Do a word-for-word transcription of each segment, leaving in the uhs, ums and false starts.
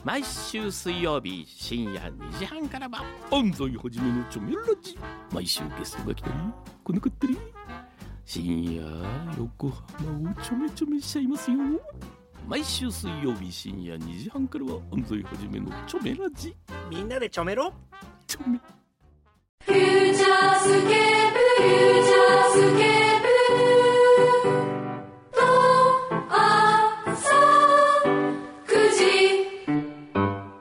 毎週水曜日深夜にじはんからは安西はじめのチョメラジ。毎週ゲストが来たり来なかったり、深夜横浜をちょめちょめしちゃいますよ。毎週水曜日深夜にじはんからは安西はじめのチョメラジ。 みんなでちょめろチョメ。 フューチャースケープ、フューチャースケープと朝くじ。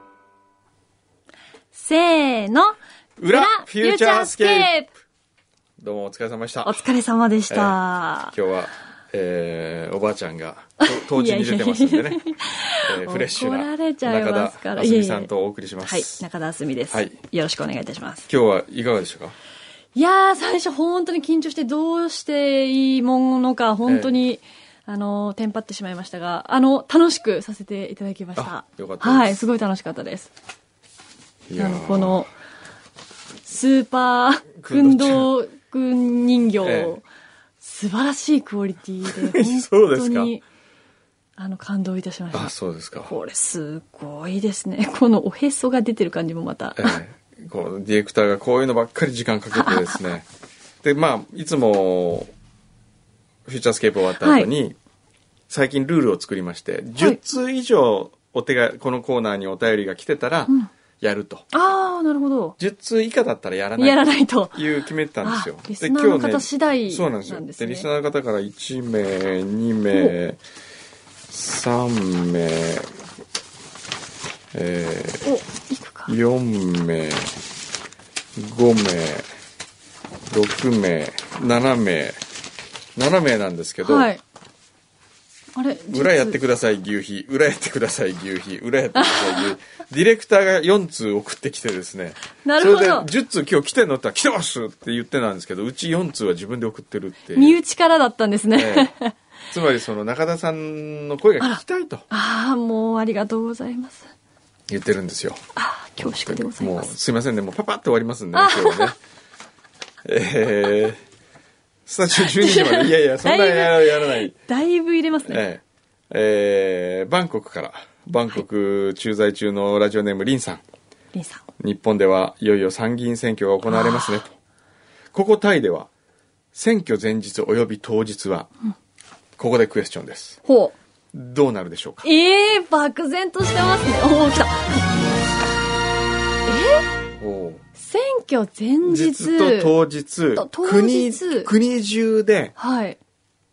せーの、 裏フューチャースケープ。どうもお疲れ様でした。 お疲れ様でした。 えー、今日は、えー、おばあちゃんが当時に出てますんでね。えー、フレッシュな中田あすみさんとお送りします。 はい、中田あすみです、はい。よろしくお願いいたします。 今日はいかがでしたか？ いやー、最初本当に緊張してどうしていいものか本当に、えー、あのテンパってしまいましたが、あの楽しくさせていただきました。 よかったです。 はい、すごい楽しかったです。いやこのスーパー訓導君人形、えー、素晴らしいクオリティで本当にあの感動いたしました。 あ、そうですか。 これすごいですね。このおへそが出てる感じもまた、えー、こうディレクターがこういうのばっかり時間かけてですねで、まあいつもフューチャースケープ終わった後に、はい、最近ルールを作りまして、じゅっつう以上お手がこのコーナーにお便りが来てたら、うん、やると。 ああ、なるほど。 じゅっつう以下だったらやらない。 やらないという決めてたんですよ。 リスナーの方次第なんですね。 そうなんですよ。で、リスナーの方からいちめい、にめい、さんめい、えー、 お、いくか。 よんめい、ごめい、ろくめい、ななめい、ななめいなんですけど、はい、 あれ裏やってください牛皮、裏やってください牛皮、裏やってください牛皮ディレクターがよんつう送ってきてですね、 なるほど。 それでじゅっつう今日来てんのって言ったら来てますって言ってたんですけど、うちよんつうは自分で送ってるっていう。 身内からだったんですね、 えー、つまりその中田さんの声が聞きたいと。 ああ、もうありがとうございます。 言ってるんですよ。 ああ、恐縮でございます。 もうすいませんね、もうパパッと終わりますんでね、今日はね。えー、スタジオじゅうにじまで、いやいや、そんなややらない。 だいぶ入れますね。 えーえー、バンコクから、バンコク駐在中のラジオネームリンさん。 リンさん。日本ではいよいよ参議院選挙が行われますねと。ここタイでは、選挙前日及び当日は、うん、ここでクエスチョンです。 ほう。 どうなるでしょうか？ ええー、漠然としてますね。おー、来た。えお選挙前日と当日、 と当国、 日国中で、 はい。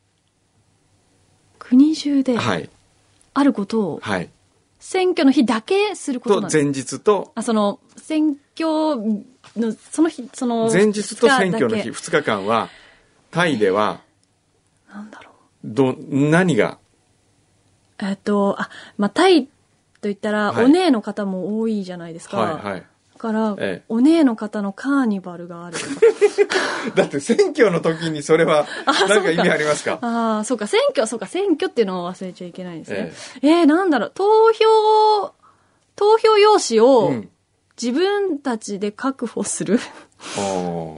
国中で、 はい。 あることを、 はい。 選挙の日だけすることなんですか？ と前日と、 あ、その、選挙の、その日、その、 前日と選挙の日、ふつかかんは、タイでは、 えー、なんだろう。 ど、何がえっと、あ、まあ、タイと言ったら、はい、お姉の方も多いじゃないですか。 はいはい。 だから、 ええ、 お姉の方のカーニバルがあるとか。 だって選挙の時にそれは、なんか意味ありますか？ ああ、そうか、選挙、そうか、選挙っていうのを忘れちゃいけないんですね。えええー、なんだろう、投票、投票用紙を自分たちで確保する。うん、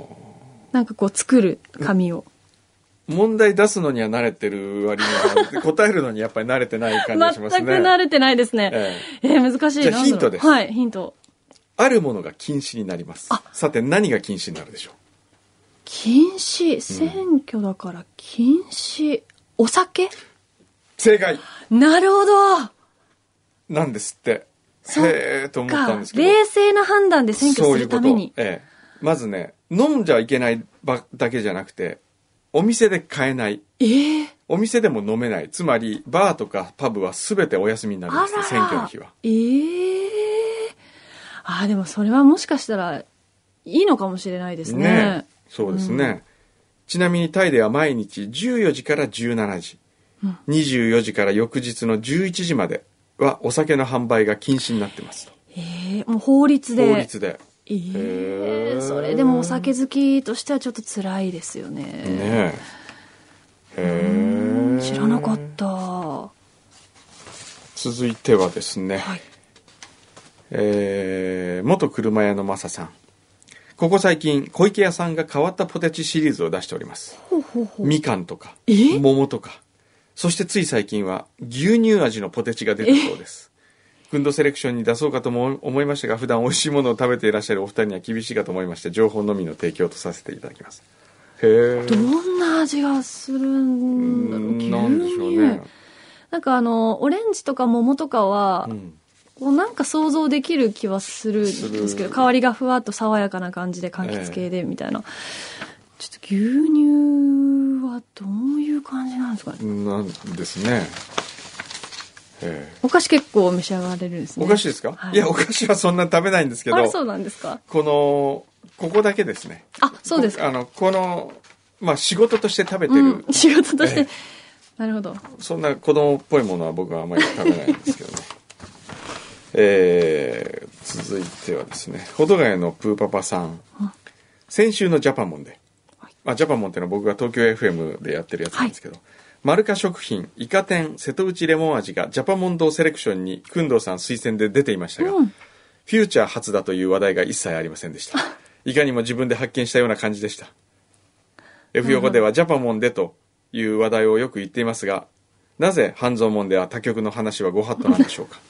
なんかこう作る紙を。 問題出すのには慣れてる割には答えるのにやっぱり慣れてない感じがしますね。 全く慣れてないですね。えええー、難しい。 じゃあヒントです。 はい、ヒント。 あるものが禁止になります。さて何が禁止になるでしょう？ 禁止、選挙だから禁止、うん、お酒？ 正解。 なるほど。 なんですって。へーと思ったんですけど。 冷静な判断で選挙するために。 そういうこと。ええ、まずね、飲んじゃいけないだけじゃなくて、お店で買えない。 えー、 お店でも飲めない。つまり、バーとかパブは全てお休みになるんです。選挙の日は。 えー、ああ、でもそれはもしかしたらいいのかもしれないですね。ね、 そうですね、うん。ちなみにタイでは毎日じゅうよじからじゅうしちじ、うん、にじゅうよじから翌日のじゅういちじまではお酒の販売が禁止になってますと。 えー、もう法律で。 法律で。 えー、それでもお酒好きとしてはちょっと辛いですよね。ねえ。へえ。 知らなかった。 続いてはですね、はい、えー、元車屋のマサさん。ここ最近小池屋さんが変わったポテチシリーズを出しております。 ほうほうほう。 みかんとか桃とか、そしてつい最近は牛乳味のポテチが出たそうです。 フンドセレクションに出そうかとも思いましたが、普段美味しいものを食べていらっしゃるお二人には厳しいかと思いまして、情報のみの提供とさせていただきます。へえ。 どんな味がするんだろう。牛乳なんでしょうね。 なんかあのオレンジとか桃とかは、うん、こうなんか想像できる気はするんですけど、香りがふわっと爽やかな感じで柑橘系でみたいな、えー、ちょっと牛乳はどういう感じなんですかね。 なんですね。 お菓子結構召し上がれるんですね。 お菓子ですか、はい、いやお菓子はそんな食べないんですけど。 あ、そうなんですか。 このここだけですね。 あ、そうですか。 あのこのまあ仕事として食べてる、うん、 仕事として、えー、なるほど。 そんな子供っぽいものは僕はあまり食べないんですけどね。えー、続いてはですね、保土ヶ谷のプーパパさん、うん、先週のジャパモンで、はい、まあ、ジャパモンっていうのは僕が東京 エフエム でやってるやつなんですけど、はい、マルカ食品イカ天瀬戸内レモン味がジャパモンドセレクションに工藤さん推薦で出ていましたが、うん、フューチャー初だという話題が一切ありませんでした。いかにも自分で発見したような感じでした。 F 横ではジャパモンでという話題をよく言っていますが、なぜ半蔵門では他局の話はご法度なんでしょうか。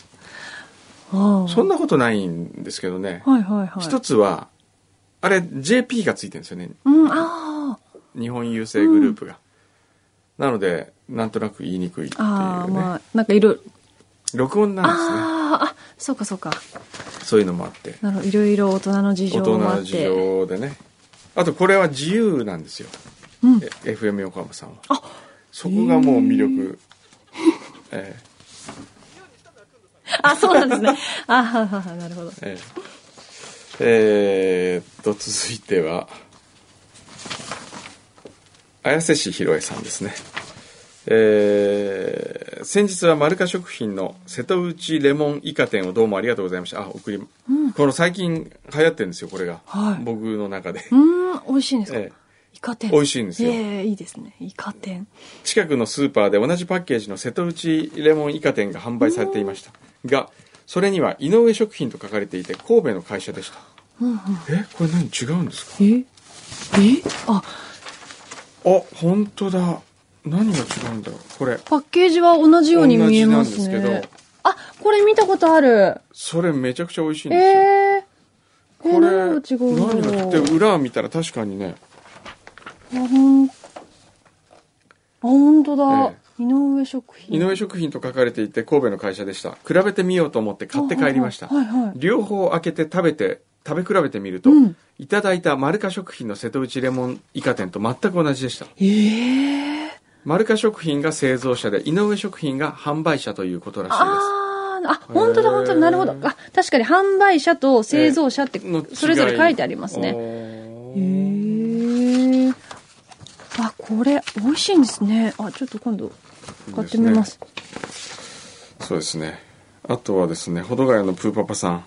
そんなことないんですけどね、 はいはいはい、 一つはあれ ジェーピー がついてるんですよね、 うん、あ日本郵政グループが、うん、なのでなんとなく言いにくいっていうね。 あ、まあ、なんかいろいろ録音なんですね。 ああ、そうかそうか、 そういうのもあって、 なるほど、いろいろ大人の事情もあって、 大人の事情でね。あとこれは自由なんですよ、うん、エフエム 横浜さんは。あ、そこがもう魅力。えーあ、そうなんですね。あははは、なるほど。 えー、えー、っと続いては綾瀬市広江さんですね。えー、先日はマルカ食品の瀬戸内レモンイカ天をどうもありがとうございました。あ、送り、うん、この最近流行ってるんですよこれが、はい、僕の中で。 うん、美味しいんですか。えーイカ天美味しいんですよ。 えー、いいですね。イカ天。 近くのスーパーで同じパッケージの瀬戸内レモンイカ天が販売されていましたが、それには井上食品と書かれていて神戸の会社でした。うんうん、え、これ何違うんですか。 ええああ、本当だ。何が違うんだろう。これパッケージは同じように見えますね。同じなんですけど、あ、これ見たことある。 それめちゃくちゃ美味しいんですよ。えーこれ何が違うんだろう。何がって裏を見たら確かにね、 あ、ほんあ本当だ、ええ、井上食品井上食品と書かれていて神戸の会社でした。比べてみようと思って買って帰りました。はいはいはい、両方開けて食べて食べ比べてみると、うん、いただいたマルカ食品の瀬戸内レモンイカ天と全く同じでした。えー、マルカ食品が製造者で井上食品が販売者ということらしいです。 あ、本当だ本当だ、なるほど。あ、確かに販売者と製造者ってそれぞれ書いてありますね。へえ。あ、これ美味しいんですね。あ、ちょっと今度買ってみます。 そうですね。あとはですね、保土ヶ谷のプーパパさん、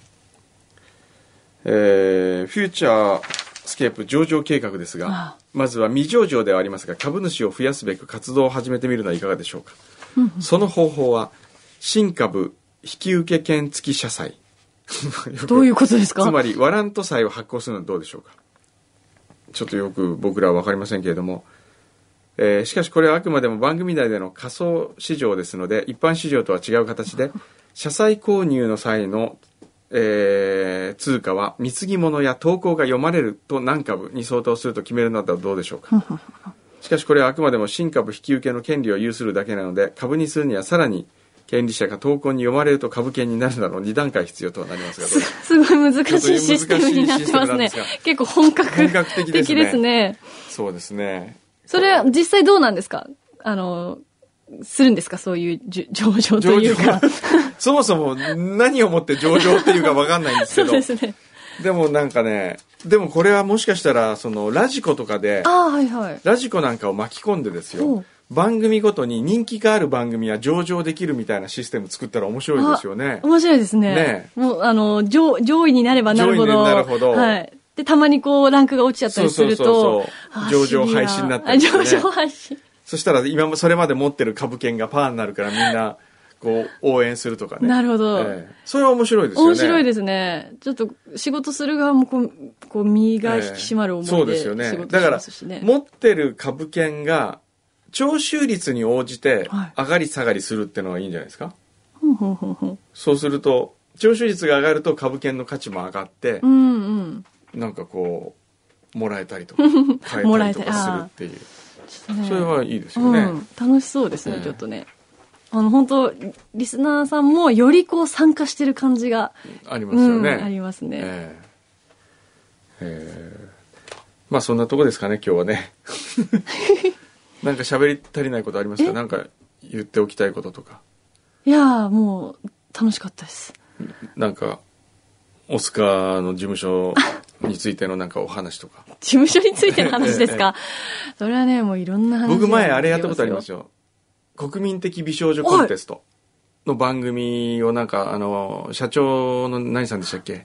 えー、フューチャースケープ上場計画ですが、ああ、まずは未上場ではありますが株主を増やすべく活動を始めてみるのはいかがでしょうか。その方法は新株引き受け権付き社債どういうことですか。 つまりワラント債を発行するのはどうでしょうか。ちょっとよく僕らは分かりませんけれども、えー、しかしこれはあくまでも番組内での仮想市場ですので、一般市場とは違う形で社債購入の際の、えー、通貨は貢ぎ物や投稿が読まれると何株に相当すると決めるのはどうでしょうか。しかしこれはあくまでも新株引き受けの権利を有するだけなので、株にするにはさらに権利者が投稿に読まれると株券になるなどに段階必要とはなりますが、 す, すごい難しいシステムになってますね。結構本格的ですね。ですね。 そうですね。 それは実際どうなんですか。あのするんですか、そういう上場というか。 そもそも何をもって上場っていうか分かんないんですけど。そうですね。でもなんかね、でもこれはもしかしたらそのラジコとかで、 あ、はいはい、 ラジコなんかを巻き込んでですよ、番組ごとに人気がある番組は上場できるみたいなシステム作ったら面白いですよね。 面白いですね。ね、もうあの 上, 上位になればなるほど、上位になるほど、はい、でたまにこうランクが落ちちゃったりすると、そうそうそうそう、上場廃止になったりして、ね、上場廃止。そしたら今もそれまで持ってる株券がパーになるからみんなこう応援するとかね。なるほど、えー、それは面白いですよね。 面白いですね。ちょっと仕事する側もこうこう身が引き締まる思いで、えー、そうですよね。 だから持ってる株券が徴収率に応じて上がり下がりするってのがいいんじゃないですか。はい、 んほんほんほん。 そうすると聴取率が上がると株券の価値も上がって、 うんうん、 なんかこうもらえたりとか買えたりとかするっていう、ね、それはいいですよね、うん、 楽しそうですね、えー、ちょっとねあの本当リスナーさんもよりこう参加してる感じがありますよね、 うん、ありますね、 えーえー、まあそんなとこですかね今日はねなんか喋り足りないことありますか？なんか言っておきたいこととか。 いやもう楽しかったです。 なんかオスカーの事務所についてのなんかお話とか事務所についての話ですか？ええ、それはねもういろんな話。 僕前あれやったことありますよ。国民的美少女コンテストの番組をなんかあの社長の何さんでしたっけ？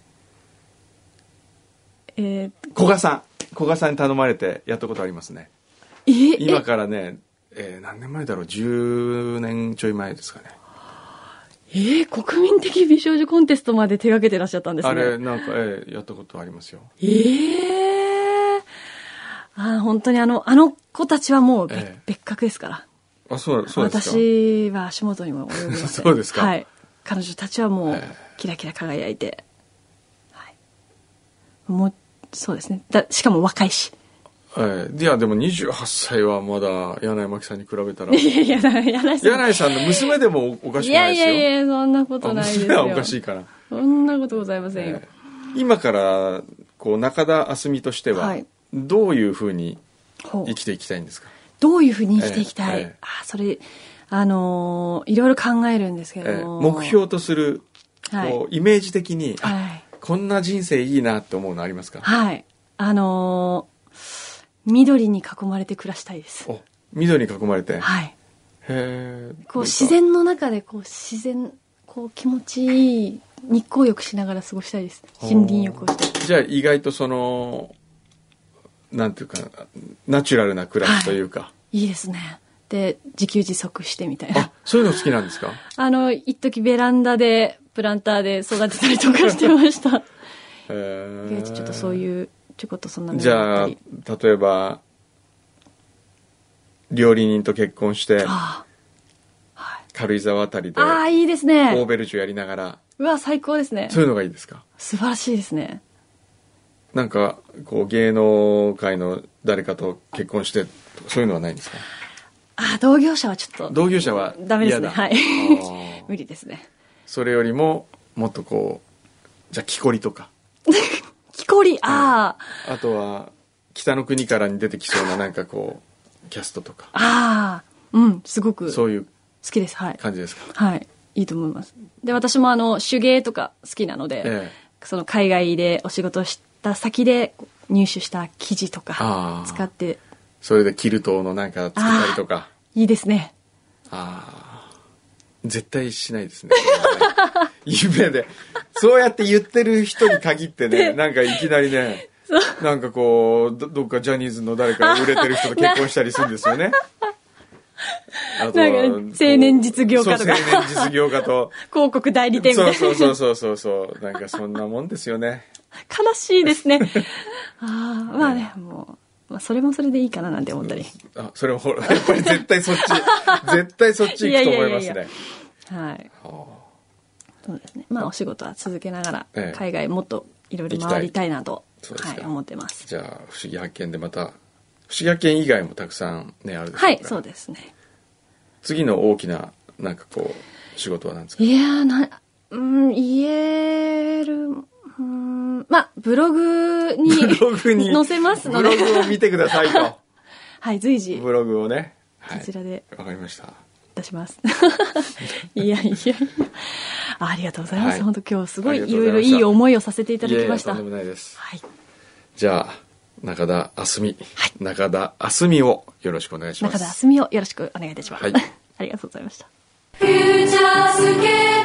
えー、古賀さん古賀さんに頼まれてやったことありますね。 えー、 今からね、えー、何年前だろうじゅうねんちょい前ですかね。 えー、国民的美少女コンテストまで手掛けてらっしゃったんですね。 あれなんか、えー、やったことありますよ。 ええー、あ本当にあのあの子たちはもう 別,、えー、別格ですから。 あそうそうですか。 私は足元にも及びません。 そうですか。 はい。彼女たちはもうキラキラ輝いて、はい、もうそうですね。だしかも若いし。 えー、いやでもにじゅうはっさいはまだ柳井真紀さんに比べたらいやいや柳井さん柳井さんの娘でもおかしくないですよ。 いやいやいやそんなことないですよ。 娘はおかしいからそんなことございませんよ、 えー、今からこう中田あすみとしては、はい、どういうふうに生きていきたいんですか？ どういうふうに生きていきたい、えーえー、あそれあのー、いろいろ考えるんですけども、えー、 目標とするこう、はい、イメージ的に、はい、こんな人生いいなって思うのありますか？ はいあのー緑に囲まれて暮らしたいです。 お、緑に囲まれて。 はい。 へー。こう自然の中でこう自然こう気持ちいい日光浴しながら過ごしたいです。森林浴をして。 じゃあ意外とそのなんていうかナチュラルな暮らしというか。はい、いいですね。で自給自足してみたいな。 あ、そういうの好きなんですか？ あの一時ベランダでプランターで育てたりとかしてました。へー。ちょっとそういうちょこっとそんなじゃあ例えば料理人と結婚して、はい、軽井沢あたりでああいいですね。 オーベルジュやりながらうわ最高ですね。 そういうのがいいですか？ 素晴らしいですね。 なんかこう芸能界の誰かと結婚してそういうのはないんですか？ あ同業者はちょっと同業者はダメですね。はい無理ですね。 それよりももっとこうじゃあ木こりとか木こりああ、あとは北の国からに出てきそうななんかこうキャストとかああうんすごくそういう好きです。はい感じですか？ はいいいと思います。で私もあの手芸とか好きなので、ええ、その海外でお仕事した先で入手した生地とか使ってそれでキルトのなんか作ったりとかいいですね。 ああ絶対しないですね夢でそうやって言ってる人に限ってねなんかいきなりねなんかこう ど, どっかジャニーズの誰か売れてる人と結婚したりするんですよね。あとはなんか青年実業家とかそう青年実業家と広告代理店みたいなそうそうそうそうそうなんかそんなもんですよね。 悲しいですねああまあねもう、まあ、それもそれでいいかななんて思ったりあそれもやっぱり絶対そっち絶対そっち行くと思いますね。いやいやいやいやはい、はあそうですね。まあお仕事は続けながら、ええ、海外もっといろいろ回りたいなと、はい、思ってます。 じゃあ不思議発見でまた不思議発見以外もたくさんねあるでしょうから。 はいそうですね。 次の大きななんかこう仕事は何ですか？ いやなうん言えるうんまあブログにブログに載せますのでブログを見てくださいとはい随時ブログをねこちらでわ、はい、かりました出しますいやいやありがとうございます、はい、本当今日すごいいろいろいい思いをさせていただきました。 いやいやとんでもないです、 はい、 じゃあ中田あすみ、はい、中田あすみをよろしくお願いします。 中田あすみをよろしくお願いいたします、はい、ありがとうございました。 フューチャースケープ